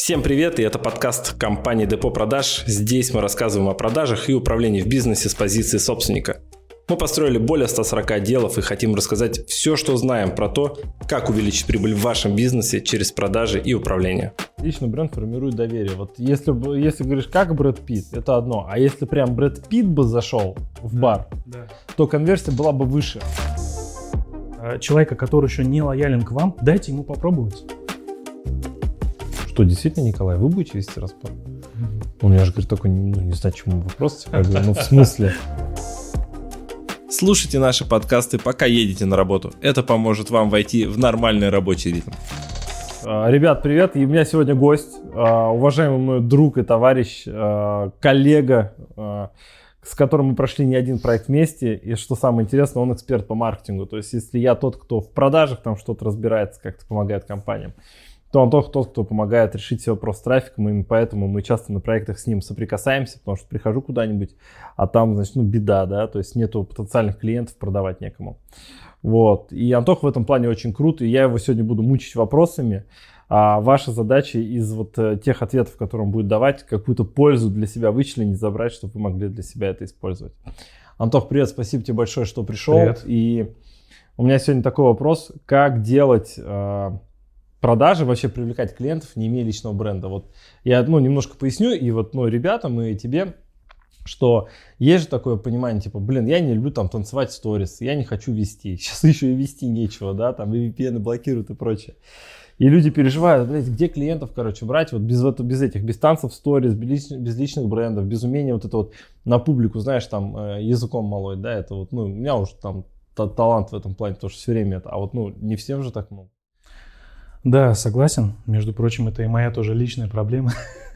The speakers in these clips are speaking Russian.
Всем привет, и это подкаст компании Депо Продаж. Здесь мы рассказываем о продажах и управлении в бизнесе с позиции собственника. Мы построили более 140 отделов и хотим рассказать все, что знаем про то, как увеличить прибыль в вашем бизнесе через продажи и управление. Личный бренд формирует доверие. Вот если говоришь, как Брэд Питт, это одно. А если прям Брэд Питт бы зашел в бар, то конверсия была бы выше. Человека, который еще не лоялен к вам, дайте ему попробовать. Что, действительно, Николай, вы будете вести распор? У меня же, говорит, такой, не знаю, чему вопрос. В смысле? Слушайте наши подкасты, пока едете на работу. Это поможет вам войти в нормальный рабочий ритм. Ребят, привет. И у меня сегодня гость, уважаемый мой друг и товарищ, коллега, с которым мы прошли не один проект вместе. И что самое интересное, он эксперт по маркетингу. То есть, если я тот, кто в продажах там что-то разбирается, как-то помогает компаниям, то он тот, кто помогает решить все вопросы с трафиком, и поэтому мы часто на проектах с ним соприкасаемся, потому что прихожу куда-нибудь, а там, значит, беда, да, то есть нету потенциальных клиентов, продавать некому. Вот, и Антох в этом плане очень крут, и я его сегодня буду мучить вопросами, а ваша задача из вот тех ответов, которые он будет давать, какую-то пользу для себя вычленить, забрать, чтобы вы могли для себя это использовать. Антох, привет, спасибо тебе большое, что пришел. Привет. И у меня сегодня такой вопрос, как делать продажи, вообще привлекать клиентов, не имея личного бренда. Вот я немножко поясню, и вот ребятам и тебе, что есть же такое понимание, типа, я не люблю там танцевать сторис, я не хочу вести. Сейчас еще и вести нечего, да, там и VPN блокируют и прочее. И люди переживают, где клиентов, брать вот без танцев сторис, без личных брендов, без умения вот это вот на публику, знаешь, там языком молоть, да, это вот, у меня уже там талант в этом плане, потому что все время это, а вот, не всем же так много. Да, согласен. Между прочим, это и моя тоже личная проблема.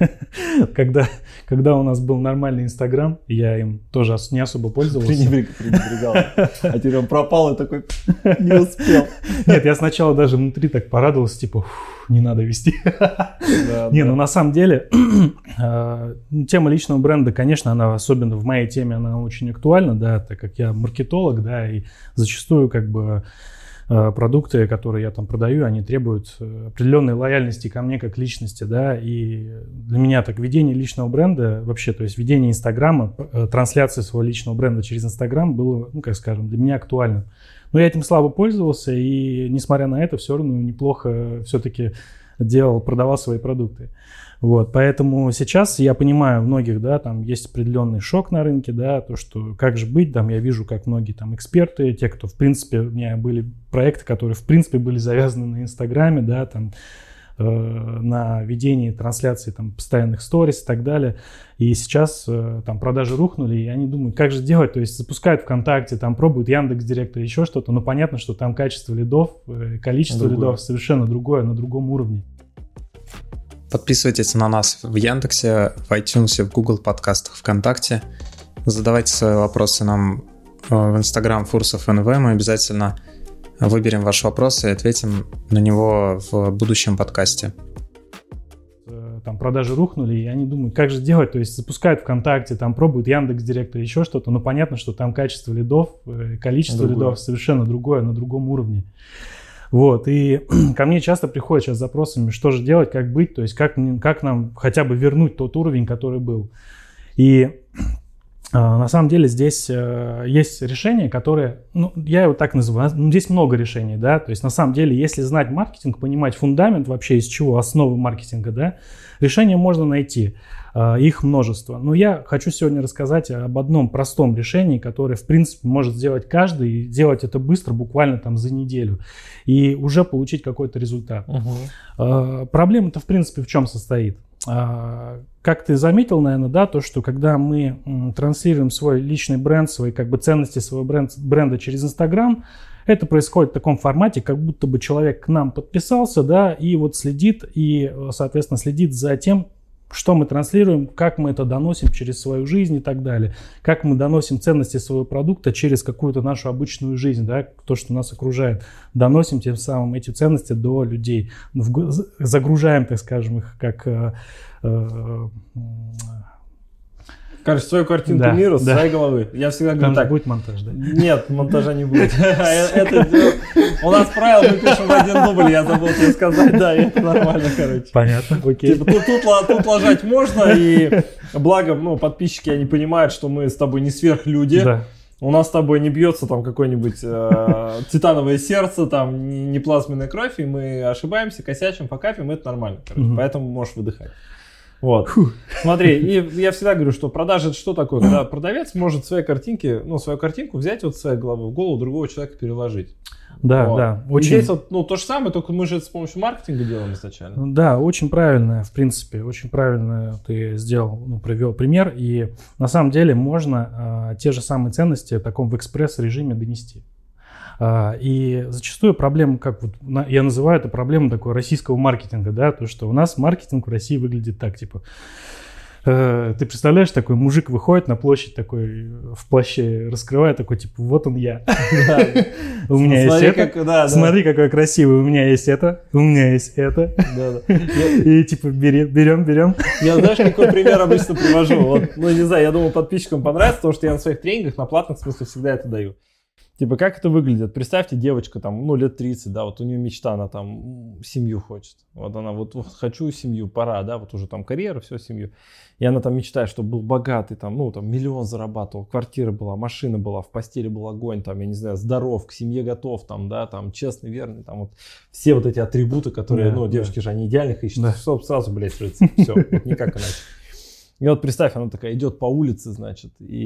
Когда у нас был нормальный Инстаграм, я им тоже не особо пользовался. Пренебрегал. А теперь он пропал и такой, не успел. Нет, я сначала даже внутри так порадовался, типа, не надо вести. На самом деле, тема личного бренда, конечно, она, особенно в моей теме, она очень актуальна, да, так как я маркетолог, да, и зачастую продукты, которые я там продаю, они требуют определенной лояльности ко мне как личности, да, и для меня так ведение личного бренда вообще, то есть ведение Инстаграма, трансляция своего личного бренда через Инстаграм было, для меня актуально. Но я этим слабо пользовался, и несмотря на это, все равно неплохо все-таки продавал свои продукты. Вот, поэтому сейчас я понимаю многих, да, там есть определенный шок на рынке, да, то, что как же быть, там я вижу, как многие там эксперты, те, кто, в принципе, у меня были проекты, которые, в принципе, были завязаны на Инстаграме, да, там, на ведении трансляции там постоянных сторис и так далее, и сейчас там продажи рухнули, и они думают, как же делать, то есть запускают ВКонтакте, там пробуют Яндекс.Директ или еще что-то, но понятно, что там качество лидов, количество лидов совершенно другое, на другом уровне. Подписывайтесь на нас в Яндексе, в iTunes, в Google подкастах, ВКонтакте. Задавайте свои вопросы нам в Instagram Фурсов НВ. Мы обязательно выберем ваш вопрос и ответим на него в будущем подкасте. Там продажи рухнули, и они думают, как же делать, то есть запускают ВКонтакте, там пробуют Яндекс.Директ или еще что-то, но понятно, что там качество лидов, количество лидов совершенно другое, на другом уровне. Вот, и ко мне часто приходят сейчас с запросами, что же делать, как быть, то есть как нам хотя бы вернуть тот уровень, который был. И на самом деле здесь есть решение, которое, я его так называю, здесь много решений, да, то есть на самом деле, если знать маркетинг, понимать фундамент вообще, из чего основы маркетинга, да, решения можно найти, их множество. Но я хочу сегодня рассказать об одном простом решении, которое, в принципе, может сделать каждый, и делать это быстро, буквально там за неделю, и уже получить какой-то результат. Проблема-то, в принципе, в чем состоит? Как ты заметил, наверное, да, то, что когда мы транслируем свой личный бренд, свои ценности своего бренда через Инстаграм, это происходит в таком формате, как будто бы человек к нам подписался, да, и вот следит, и, соответственно, следит за тем, что мы транслируем, как мы это доносим через свою жизнь и так далее, как мы доносим ценности своего продукта через какую-то нашу обычную жизнь, да, то, что нас окружает, доносим тем самым эти ценности до людей, загружаем, так скажем, их как Короче, свою картинку мира с своей головы. Я всегда говорю так. Будет монтаж, да? Нет, монтажа не будет. У нас правило, мы пишем в один дубль, я забыл тебе сказать, да, это нормально, короче. Понятно, окей. Типа тут ложать можно, и благо, подписчики, они понимают, что мы с тобой не сверхлюди. Да. У нас с тобой не бьется там какое-нибудь титановое сердце, там не плазменная кровь, и мы ошибаемся, косячим, покапим, это нормально, короче, поэтому можешь выдыхать. Вот. Смотри, и я всегда говорю, что продажа это что такое? Когда продавец может свои картинки, свою картинку взять вот своей головы в голову другого человека переложить. Да, вот. Да. Очень... Здесь вот, то же самое, только мы же это с помощью маркетинга делаем изначально. Да, очень правильно, в принципе, очень правильно ты сделал, привел пример. И на самом деле можно те же самые ценности в таком в экспресс-режиме донести. И зачастую проблема, как вот я называю это проблема такой российского маркетинга, да, то, что у нас маркетинг в России выглядит так, типа, ты представляешь, такой мужик выходит на площадь такой в плаще, раскрывает такой, типа, вот он я. У меня есть это. Смотри, какой красивый. У меня есть это. У меня есть это. И типа берем. Я знаешь, какой пример обычно привожу? Вот, не знаю, я думаю, подписчикам понравится, потому что я на своих тренингах, на платных, в смысле, всегда это даю. Типа, как это выглядит? Представьте, девочка там, лет 30, да, вот у нее мечта, она там семью хочет. Вот она вот хочу семью, пора, да, вот уже там карьера, все, семью. И она там мечтает, чтобы был богатый, там, миллион зарабатывал, квартира была, машина была, в постели был огонь, там, я не знаю, здоров, к семье готов, там, да, там, честный, верный, там, вот все вот эти атрибуты, которые, девушки же, они идеальных ищут, чтобы сразу, блядь, житься, все, вот никак иначе. И вот представь, она такая идет по улице, значит,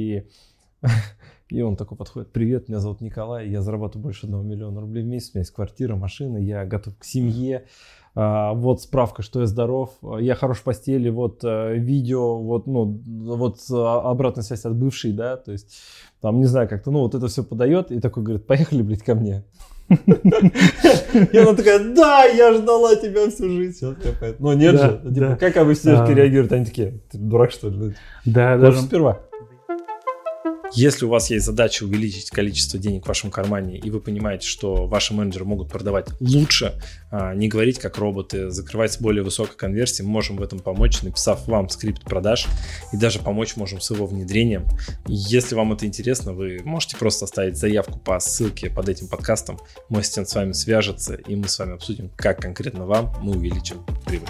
и он такой подходит: привет, меня зовут Николай, я зарабатываю больше 1 миллиона рублей в месяц, у меня есть квартира, машина, я готов к семье, вот справка, что я здоров, я хорош в постели, вот видео, вот обратная связь от бывшей, да, то есть там, не знаю, как-то, вот это все подает, и такой говорит: поехали, блядь, ко мне. И она такая: да, я ждала тебя всю жизнь. Но нет же, как обычно девушки реагируют, они такие: ты дурак, что ли? Да, даже сперва. Если у вас есть задача увеличить количество денег в вашем кармане, и вы понимаете, что ваши менеджеры могут продавать лучше, не говорить как роботы, закрывать с более высокой конверсией, мы можем в этом помочь, написав вам скрипт продаж, и даже помочь можем с его внедрением. Если вам это интересно, вы можете просто оставить заявку по ссылке под этим подкастом, мой ассистент с вами свяжется, и мы с вами обсудим, как конкретно вам мы увеличим прибыль.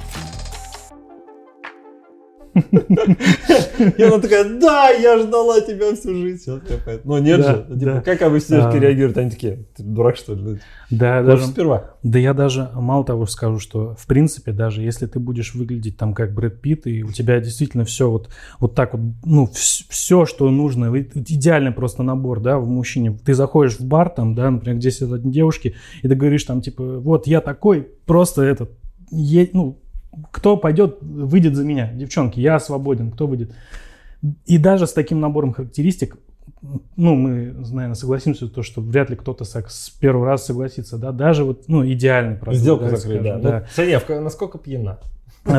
И она такая: да, я ждала тебя всю жизнь. Но нет же, как обычно девушки реагируют, они такие: ты дурак, что ли? Да, даже сперва. Да, я даже мало того скажу, что в принципе, даже если ты будешь выглядеть там как Брэд Питт, и у тебя действительно все вот так вот, все, что нужно, идеальный просто набор, да, в мужчине. Ты заходишь в бар, там, да, например, где сидят девушки, и ты говоришь там, типа, вот я такой, просто кто пойдет, выйдет за меня? Девчонки, я свободен, кто выйдет? И даже с таким набором характеристик, мы, наверное, согласимся, то, что вряд ли кто-то с первого раза согласится, да, даже идеальный продукт. Сделку закрыть, да. Саня, насколько пьяна? А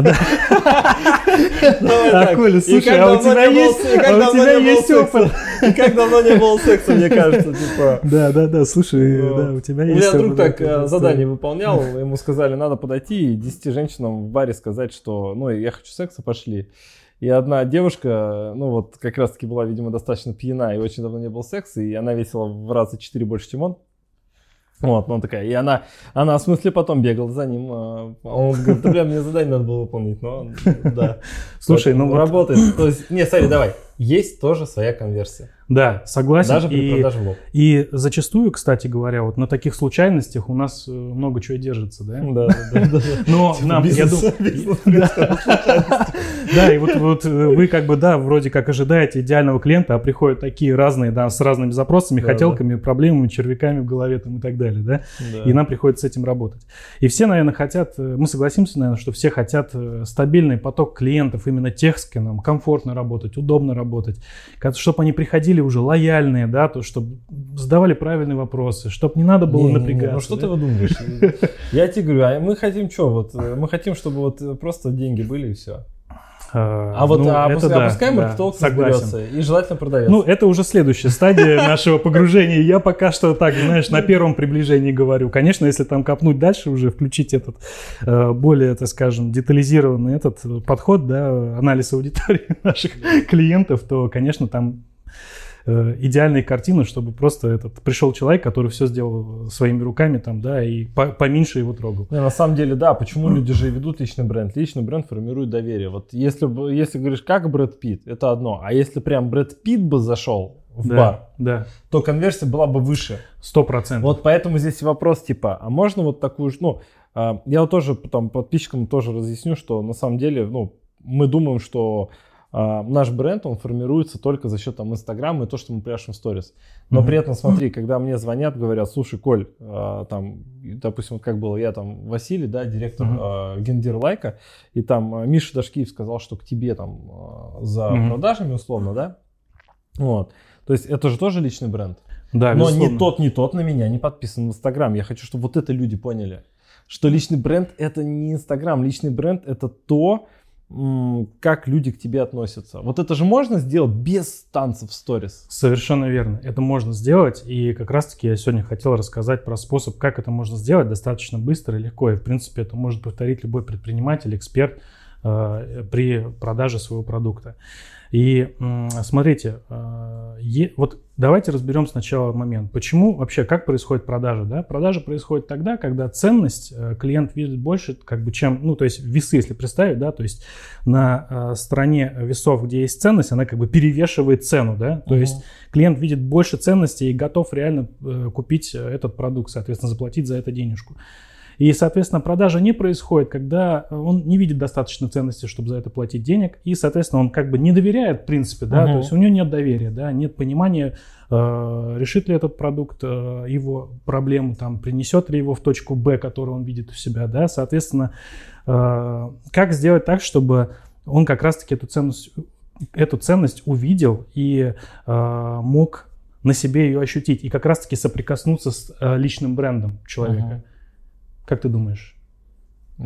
Коля, слушай, у тебя есть опыт. И как давно не было секса, мне кажется, типа. Да, слушай, у тебя есть опыт. У меня друг так задание выполнял, ему сказали: надо подойти и 10 женщинам в баре сказать, что, я хочу секса, пошли. И одна девушка, как раз таки была, видимо, достаточно пьяна, и очень давно не было секса, и она весила в раза 4 больше, чем он. Вот, такая, и она в смысле потом бегала за ним, он говорит: да, мне задание надо было выполнить, да. Слушай, работает, то есть, смотри, давай, есть тоже своя конверсия. Да, согласен. Даже при продаже в лоб. И зачастую, кстати говоря, вот на таких случайностях у нас много чего держится, да? Да. Но нам, я думаю... Да, и вот вы вроде как ожидаете идеального клиента, а приходят такие разные, да, с разными запросами, хотелками, проблемами, червяками в голове там и так далее, да? И нам приходится с этим работать. И все, наверное, хотят, мы согласимся, наверное, что все хотят стабильный поток клиентов, именно тех, с кем нам комфортно работать, удобно работать, чтобы они приходили уже лояльные, да, то, чтобы задавали правильные вопросы, чтобы не надо было напрягаться. Что ты выдумываешь? Я тебе говорю, мы хотим что? Мы хотим, чтобы просто деньги были и все. Пускай маркетолог разберется и желательно продавец. Ну, это уже следующая стадия нашего погружения. Я пока что так, знаешь, на первом приближении говорю. Конечно, если там копнуть дальше, уже включить этот более, так скажем, детализированный этот подход, да, анализ аудитории наших клиентов, то, конечно, там идеальные картины, чтобы просто пришел человек, который все сделал своими руками там, да, и поменьше его трогал. На самом деле, да, почему люди же ведут личный бренд? Личный бренд формирует доверие. Вот если говоришь, как Брэд Питт, это одно. А если прям Брэд Питт бы зашел в бар, то конверсия была бы выше. 100%. Вот поэтому здесь вопрос типа, а можно вот такую же, я вот тоже там подписчикам тоже разъясню, что на самом деле, мы думаем, что наш бренд, он формируется только за счет там Инстаграма и то, что мы пишем в сторис. Но при этом, смотри, когда мне звонят, говорят, слушай, Коль, там, допустим, вот как было, я там Василий, да, директор Гендир Лайка, и там Миша Дашкиев сказал, что к тебе там за продажами условно, да? Вот. То есть это же тоже личный бренд. Да, но безусловно. ни тот на меня не подписан в Инстаграм. Я хочу, чтобы вот это люди поняли, что личный бренд это не Инстаграм, личный бренд это то, как люди к тебе относятся. Вот это же можно сделать без танцев в сторис? Совершенно верно. Это можно сделать. И как раз-таки я сегодня хотел рассказать про способ, как это можно сделать достаточно быстро и легко. И в принципе это может повторить любой предприниматель, эксперт при продаже своего продукта. И смотрите, вот давайте разберем сначала момент. Почему вообще, как происходит продажа? Да? Продажа происходит тогда, когда ценность клиент видит больше, как бы, чем, то есть весы, если представить, да, то есть на стороне весов, где есть ценность, она как бы перевешивает цену, да, то есть клиент видит больше ценности и готов реально купить этот продукт, соответственно, заплатить за это денежку. И, соответственно, продажа не происходит, когда он не видит достаточно ценности, чтобы за это платить денег. И, соответственно, он как бы не доверяет, в принципе, да, то есть у него нет доверия, да, нет понимания, решит ли этот продукт его проблему, там, принесет ли его в точку Б, которую он видит у себя, да, соответственно, как сделать так, чтобы он как раз-таки эту ценность увидел и мог на себе ее ощутить и как раз-таки соприкоснуться с личным брендом человека. Как ты думаешь? У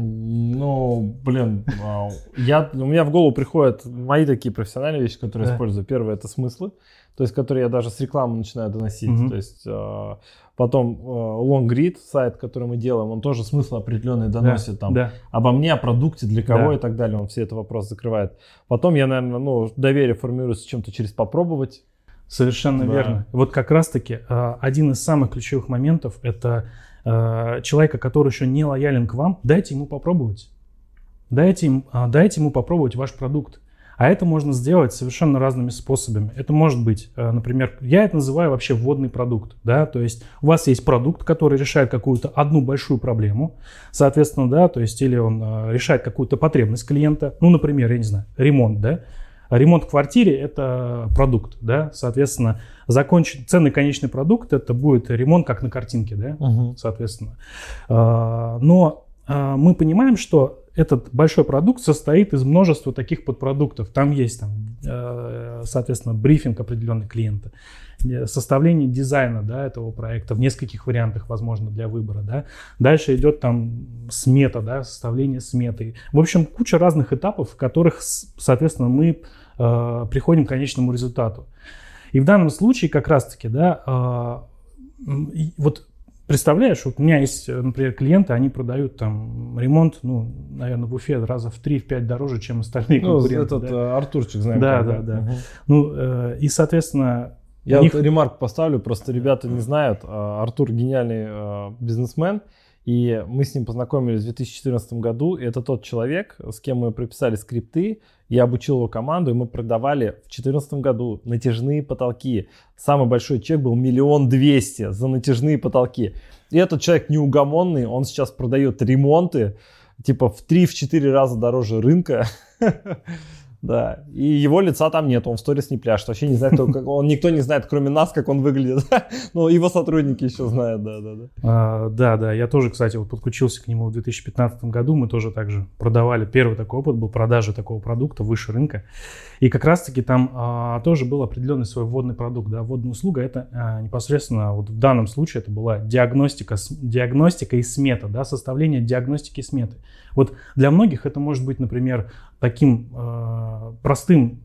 меня в голову приходят мои такие профессиональные вещи, которые я использую. Первое — это смыслы, то есть которые я даже с рекламы начинаю доносить. То есть потом LongRead, сайт, который мы делаем, он тоже смысл определенный доносит там обо мне, о продукте, для кого и так далее. Он все этот вопрос закрывает. Потом я, наверное, доверие формируется чем-то через попробовать. Совершенно верно. Вот как раз-таки один из самых ключевых моментов — это человека, который еще не лоялен к вам, дайте ему попробовать. Дайте ему попробовать ваш продукт. А это можно сделать совершенно разными способами. Это может быть, например, я это называю вообще вводный продукт. Да? То есть у вас есть продукт, который решает какую-то одну большую проблему, соответственно, да, то есть или он решает какую-то потребность клиента, например, я не знаю, ремонт, да. Ремонт в квартире – это продукт, да, соответственно, ценный конечный продукт – это будет ремонт, как на картинке, да, соответственно. Но мы понимаем, что этот большой продукт состоит из множества таких подпродуктов. Там есть, соответственно, брифинг определенный клиента, составление дизайна, да, этого проекта в нескольких вариантах, возможно, для выбора, да. Дальше идет там смета, да, составление сметы. В общем, куча разных этапов, в которых, соответственно, мы приходим к конечному результату. И в данном случае как раз-таки, да, вот представляешь, вот у меня есть, например, клиенты, они продают там ремонт, наверное, в Уфе раза в 3-5 дороже, чем остальные конкуренты. Этот Артурчик, знаем. Да. И, соответственно... Я вот ремарку поставлю, просто ребята не знают, Артур гениальный бизнесмен, и мы с ним познакомились в 2014 году, и это тот человек, с кем мы прописали скрипты, я обучил его команду, и мы продавали в 2014 году натяжные потолки. Самый большой чек был 1 200 000 за натяжные потолки. И этот человек неугомонный, он сейчас продает ремонты типа в 3-4 раза дороже рынка. Да, и его лица там нет, он в сторис не пляшет, вообще не знает, никто не знает, кроме нас, как он выглядит, но его сотрудники еще знают, Да, я тоже, кстати, вот подключился к нему в 2015 году, мы тоже также продавали, первый такой опыт был продажи такого продукта выше рынка, и как раз-таки там тоже был определенный свой вводный продукт, да, вводная услуга, это непосредственно, вот в данном случае это была диагностика и смета, да, составление диагностики и сметы. Вот для многих это может быть, например, таким простым,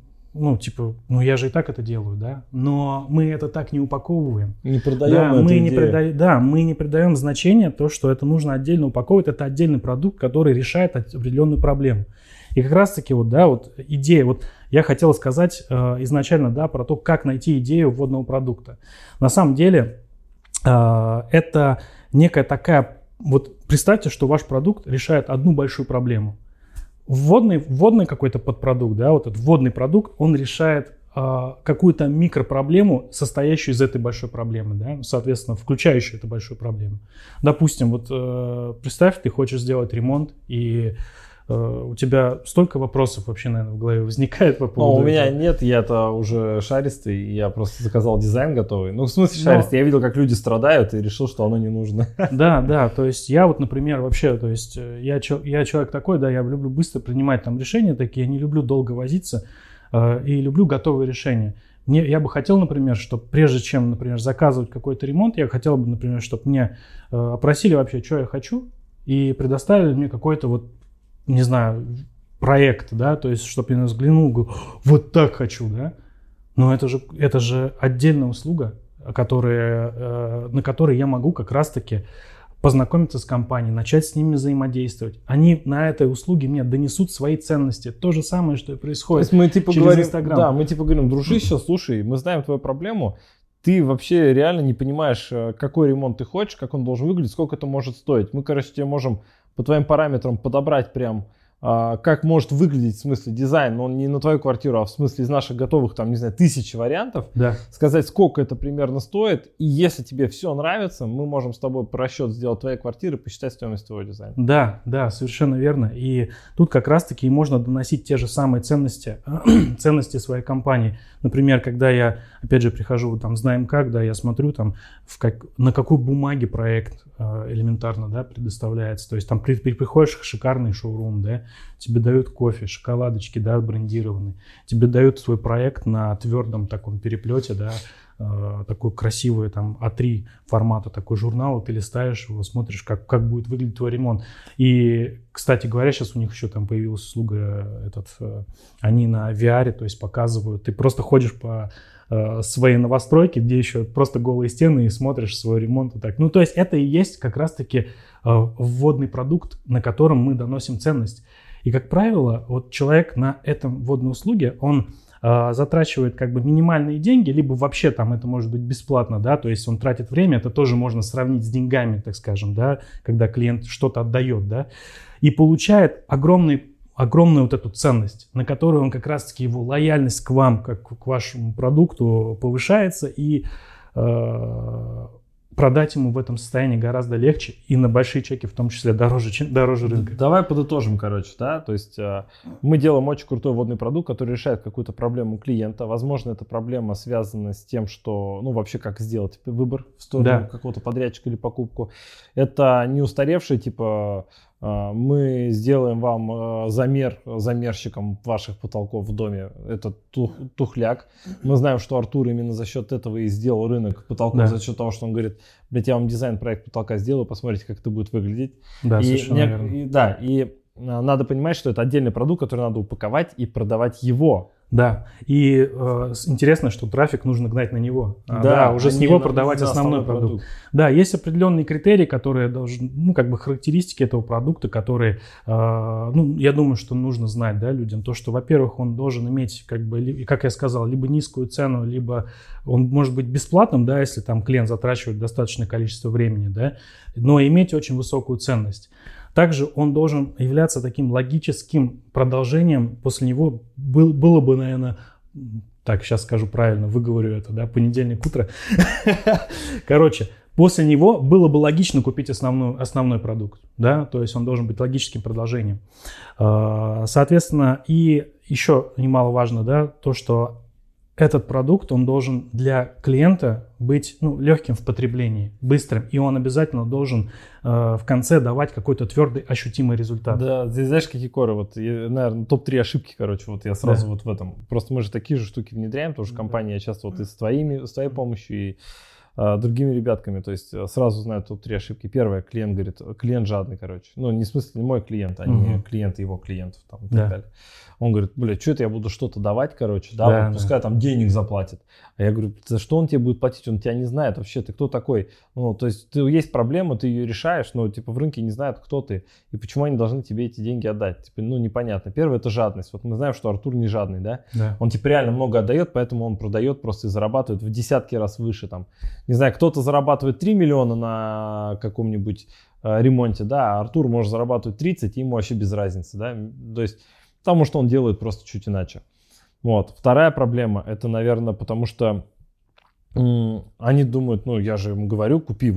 я же и так это делаю, да, но мы это так не упаковываем. Не продаем мы не придаем значения то, что это нужно отдельно упаковывать, это отдельный продукт, который решает определенную проблему. И как раз-таки идея, я хотел сказать изначально, да, про то, как найти идею вводного продукта. На самом деле это некая такая, представьте, что ваш продукт решает одну большую проблему. Вводный какой-то подпродукт, да, этот вводный продукт, он решает какую-то микропроблему, состоящую из этой большой проблемы, да, соответственно, включающую эту большую проблему. Допустим, представь, ты хочешь сделать ремонт, и у тебя столько вопросов вообще, наверное, в голове возникает по поводу у меня нет, я-то уже шаристый, я просто заказал дизайн готовый. В смысле шаристый, я видел, как люди страдают, и решил, что оно не нужно. Да, то есть я например, вообще, то есть я человек такой, да, я люблю быстро принимать там решения такие, я не люблю долго возиться, и люблю готовые решения. Я бы хотел, например, чтобы прежде чем, например, заказывать какой-то ремонт, я хотел бы, например, чтобы мне опросили вообще, что я хочу, и предоставили мне какой-то не знаю, проект, да, то есть, чтобы я взглянул, говорю, вот так хочу, да. Но это же отдельная услуга, на которой я могу как раз-таки познакомиться с компанией, начать с ними взаимодействовать. Они на этой услуге мне донесут свои ценности. То же самое, что и происходит мы, через Инстаграм. Да, мы говорим, дружище, слушай, мы знаем твою проблему, ты вообще реально не понимаешь, какой ремонт ты хочешь, как он должен выглядеть, сколько это может стоить. Мы, тебе можем по твоим параметрам подобрать прям, как может выглядеть, в смысле, дизайн, но он не на твою квартиру, а в смысле из наших готовых, там, не знаю, 1000 вариантов, да. Сказать, сколько это примерно стоит, и если тебе все нравится, мы можем с тобой расчет сделать твоей квартиры, посчитать стоимость твоего дизайна. Да, совершенно верно. И тут как раз-таки можно доносить те же самые ценности своей компании. Например, когда я, опять же, прихожу, там, знаем как, да, я смотрю, там, на какой бумаге проект элементарно, да, предоставляется. То есть там приходишь в шикарный шоурум, да, тебе дают кофе, шоколадочки, да, брендированные, тебе дают свой проект на твердом таком переплете, да, такой красивый там А3 формата такой журнал, ты листаешь его, смотришь, как будет выглядеть твой ремонт. И, кстати говоря, сейчас у них еще там появилась услуга, они на VR, то есть показывают, ты просто ходишь по своей новостройке, где еще просто голые стены, и смотришь свой ремонт и так. То есть это и есть как раз-таки вводный продукт, на котором мы доносим ценность. И, как правило, человек на этом вводной услуге, он затрачивает как бы минимальные деньги, либо вообще там это может быть бесплатно, да, то есть он тратит время, это тоже можно сравнить с деньгами, так скажем, да, когда клиент что-то отдает, да, и получает огромную эту ценность, на которую он как раз-таки его лояльность к вам, как к вашему продукту повышается, и продать ему в этом состоянии гораздо легче, и на большие чеки в том числе дороже рынка. Давай подытожим, да, то есть мы делаем очень крутой вводный продукт, который решает какую-то проблему клиента. Возможно, эта проблема связана с тем, что, вообще как сделать выбор в сторону какого-то подрядчика или покупку. Это не устаревший, мы сделаем вам замер замерщиком ваших потолков в доме. Это тухляк. Мы знаем, что Артур именно за счет этого и сделал рынок потолков, за счет того, что он говорит, я вам дизайн-проект потолка сделаю, посмотрите, как это будет выглядеть. Да, совершенно верно. И надо понимать, что это отдельный продукт, который надо упаковать и продавать его. Да, и интересно, что трафик нужно гнать на него, уже с него продавать основной продукт. Да, есть определенные критерии, которые должны, характеристики этого продукта, которые, я думаю, что нужно знать, да, людям. То, что, во-первых, он должен иметь, как я сказал, либо низкую цену, либо он может быть бесплатным, да, если там клиент затрачивает достаточное количество времени, да, но иметь очень высокую ценность. Также он должен являться таким логическим продолжением. После него было бы, наверное, так, сейчас скажу правильно, выговорю это, да, понедельник утро. Короче, После него было бы логично купить основной продукт, да, то есть он должен быть логическим продолжением. Соответственно, и еще немаловажно, да, то, что этот продукт, он должен для клиента быть легким в потреблении, быстрым, и он обязательно должен в конце давать какой-то твердый, ощутимый результат. Да, здесь знаешь, какие коры, наверное, топ-3 ошибки, я сразу в этом. Просто мы же такие же штуки внедряем, потому что компания часто и с твоей помощью, и другими ребятками, то есть сразу знают топ-3 ошибки. Первое, клиент говорит, клиент жадный, не в смысле не мой клиент, а не клиенты его клиентов и так далее. Он говорит, что это я буду что-то давать, пускай там денег заплатит. А я говорю, за что он тебе будет платить? Он тебя не знает вообще, ты кто такой? То есть есть проблема, ты ее решаешь, но в рынке не знают, кто ты и почему они должны тебе эти деньги отдать. непонятно. Первое, это жадность. Мы знаем, что Артур не жадный, да? Он реально много отдает, поэтому он продает просто и зарабатывает в десятки раз выше. Не знаю, кто-то зарабатывает 3 миллиона на каком-нибудь ремонте, да, а Артур может зарабатывать 30, и ему вообще без разницы, да, то есть потому что он делает просто чуть иначе. Вторая проблема, это, наверное, потому что они думают, я же ему говорю, купи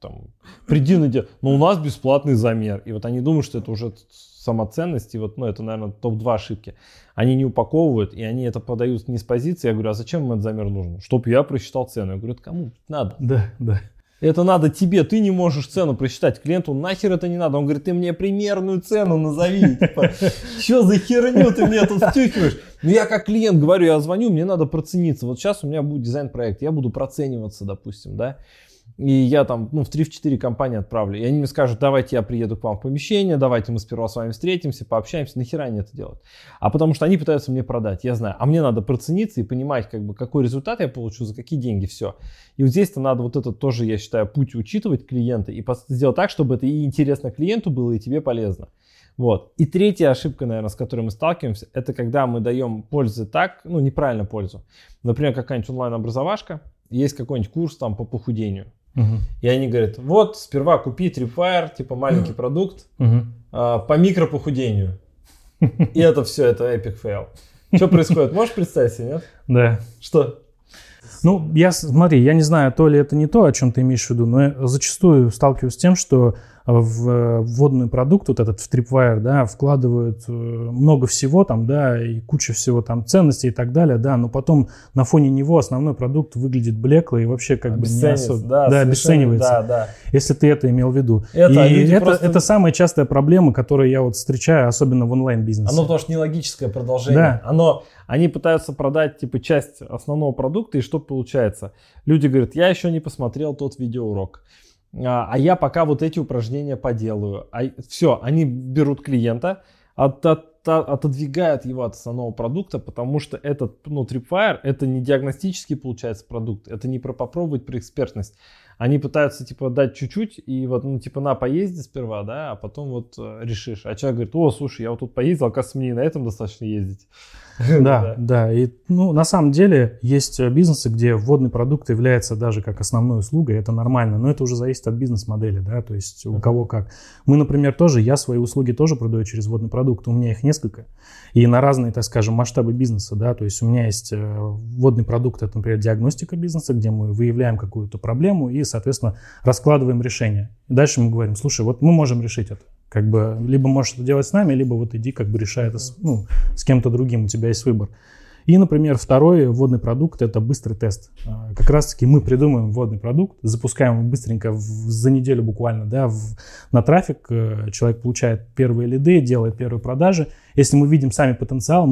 приди на дело, но у нас бесплатный замер, и они думают, что это уже самоценность, и это, наверное, топ-2 ошибки. Они не упаковывают, и они это подают не с позиции. Я говорю, а зачем им этот замер нужен? Чтоб я просчитал цену. Я говорю, это кому надо? Да. Это надо тебе, ты не можешь цену просчитать. Клиенту нахер это не надо. Он говорит, ты мне примерную цену назови. Что за херню ты мне тут втюхиваешь? Я как клиент говорю, я звоню, мне надо процениться. Сейчас у меня будет дизайн-проект, я буду процениваться, допустим, да. И я в 3-4 компании отправлю. И они мне скажут, давайте я приеду к вам в помещение, давайте мы сперва с вами встретимся, пообщаемся. Нахера они это делают? А потому что они пытаются мне продать, я знаю. А мне надо процениться и понимать, какой результат я получу, за какие деньги, все. И здесь-то надо этот тоже, я считаю, путь учитывать клиента и сделать так, чтобы это и интересно клиенту было, и тебе полезно. И третья ошибка, наверное, с которой мы сталкиваемся, это когда мы даем пользу неправильно пользу. Например, какая-нибудь онлайн-образовашка, есть какой-нибудь курс по похудению. И они говорят, сперва купи Tripwire, маленький продукт по микропохудению. И это все, это epic fail. Что происходит? Можешь представить себе, нет? Да. Что? Смотри, я не знаю, то ли это не то, о чем ты имеешь в виду, но я зачастую сталкиваюсь с тем, что в вводный продукт, этот в Tripwire, да, вкладывают много всего и куча всего ценностей и так далее, да, но потом на фоне него основной продукт выглядит блекло и вообще не особо, обесценивается. Да. Если ты это имел в виду. Это самая частая проблема, которую я встречаю, особенно в онлайн-бизнесе. Потому что нелогическое продолжение. Да. Они пытаются продать часть основного продукта, и что получается? Люди говорят, я еще не посмотрел тот видеоурок. А я пока эти упражнения поделаю. Все, они берут клиента, отодвигают его от основного продукта, потому что этот Tripwire это не диагностический, получается, продукт, это не про попробовать, про экспертность. Они пытаются дать чуть-чуть и на поезде сперва, да, а потом решишь. А человек говорит, слушай, я тут поездил, оказывается, мне и на этом достаточно ездить. Да. И на самом деле есть бизнесы, где вводный продукт является даже как основной услугой, это нормально, но это уже зависит от бизнес-модели, да, то есть у кого как. Мы, например, я свои услуги тоже продаю через вводный продукт, у меня их несколько, и на разные, так скажем, масштабы бизнеса, да, то есть у меня есть вводный продукт, это, например, диагностика бизнеса, где мы выявляем какую-то проблему и, соответственно, раскладываем решение. И дальше мы говорим, слушай, мы можем решить это. Либо можешь это делать с нами, либо иди решай это с кем-то другим, у тебя есть выбор. И, например, второй вводный продукт – это быстрый тест. Как раз-таки мы придумываем вводный продукт, запускаем его быстренько за неделю буквально, да, на трафик. Человек получает первые лиды, делает первые продажи. Если мы видим сами потенциал,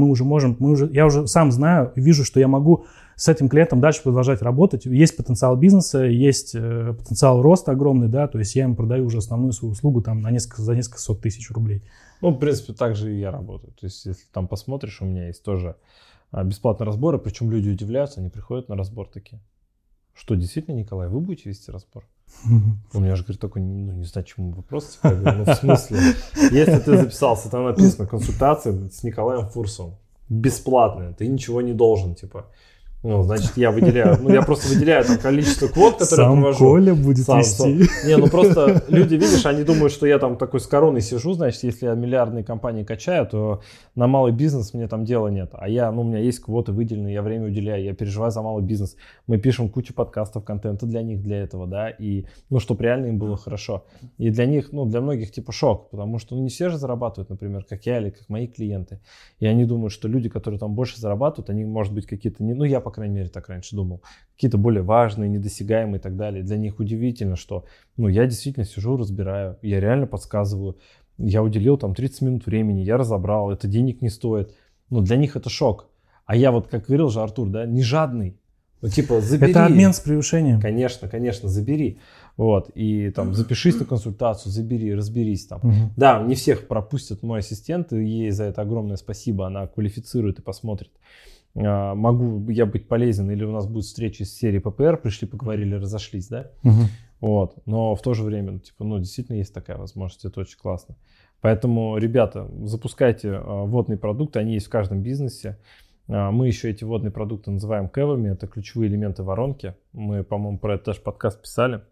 я уже сам знаю, вижу, что я могу с этим клиентом дальше продолжать работать. Есть потенциал бизнеса, есть потенциал роста огромный, да, то есть я ему продаю уже основную свою услугу за несколько сот тысяч рублей. В принципе, так же и я работаю. То есть, если посмотришь, у меня есть тоже бесплатные разборы, причем люди удивляются, они приходят на разбор такие. Что, действительно, Николай, вы будете вести разбор? У меня же, говорит, такой, не знаю, чему вопрос. В смысле? Если ты записался, там написано консультация с Николаем Фурсовым. Бесплатная, ты ничего не должен, Ну, значит, я выделяю, я просто выделяю там количество квот, которые я провожу. Коля будет вести. Не, просто люди, видишь, они думают, что я там такой с короной сижу, значит, если я миллиардные компании качаю, то на малый бизнес мне там дела нет. А у меня есть квоты выделенные, я время уделяю, я переживаю за малый бизнес. Мы пишем кучу подкастов, контента для них, для этого, да, и, чтобы реально им было хорошо. И для них, для многих типа шок, потому что не все же зарабатывают, например, как я или как мои клиенты. И они думают, что люди, которые там больше зарабатывают, они, может быть, какие-то, я, по крайней мере, так раньше думал, какие-то более важные, недосягаемые и так далее. Для них удивительно, что, я действительно сижу, разбираю, я реально подсказываю, я уделил там 30 минут времени, я разобрал, это денег не стоит. Для них это шок. А я как говорил же Артур, да, не жадный. Забери. Это обмен с превышением. Конечно, забери. И там запишись на консультацию, забери, разберись там. Угу. Да, не всех пропустит мой ассистент, и ей за это огромное спасибо, она квалифицирует и посмотрит. Могу я быть полезен, или у нас будет встреча из серии ППР, пришли, поговорили, разошлись, да? Угу. Но в то же время, действительно есть такая возможность, это очень классно. Поэтому, ребята, запускайте водные продукты, они есть в каждом бизнесе. Мы еще эти водные продукты называем кэвами, это ключевые элементы воронки. Мы, по-моему, про это даже подкаст писали.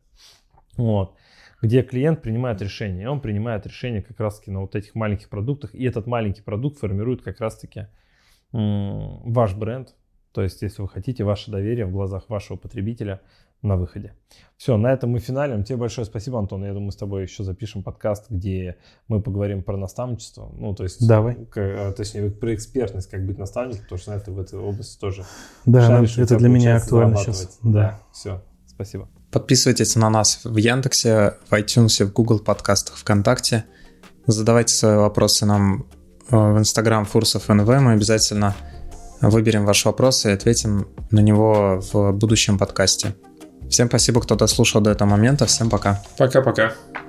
Где клиент принимает решение. И он принимает решение как раз-таки на этих маленьких продуктах. И этот маленький продукт формирует как раз-таки ваш бренд. То есть, если вы хотите, ваше доверие в глазах вашего потребителя на выходе. Все, на этом мы финалим. Тебе большое спасибо, Антон. Я думаю, с тобой еще запишем подкаст, где мы поговорим про наставничество. Давай. Точнее, про экспертность, как быть наставником, потому что ты в этой области тоже. Да, это для меня актуально сейчас. Да, все, спасибо. Подписывайтесь на нас в Яндексе, в iTunes, в Google подкастах, ВКонтакте. Задавайте свои вопросы нам в Instagram Фурсов НВ. Мы обязательно выберем ваш вопрос и ответим на него в будущем подкасте. Всем спасибо, кто дослушал до этого момента. Всем пока. Пока-пока.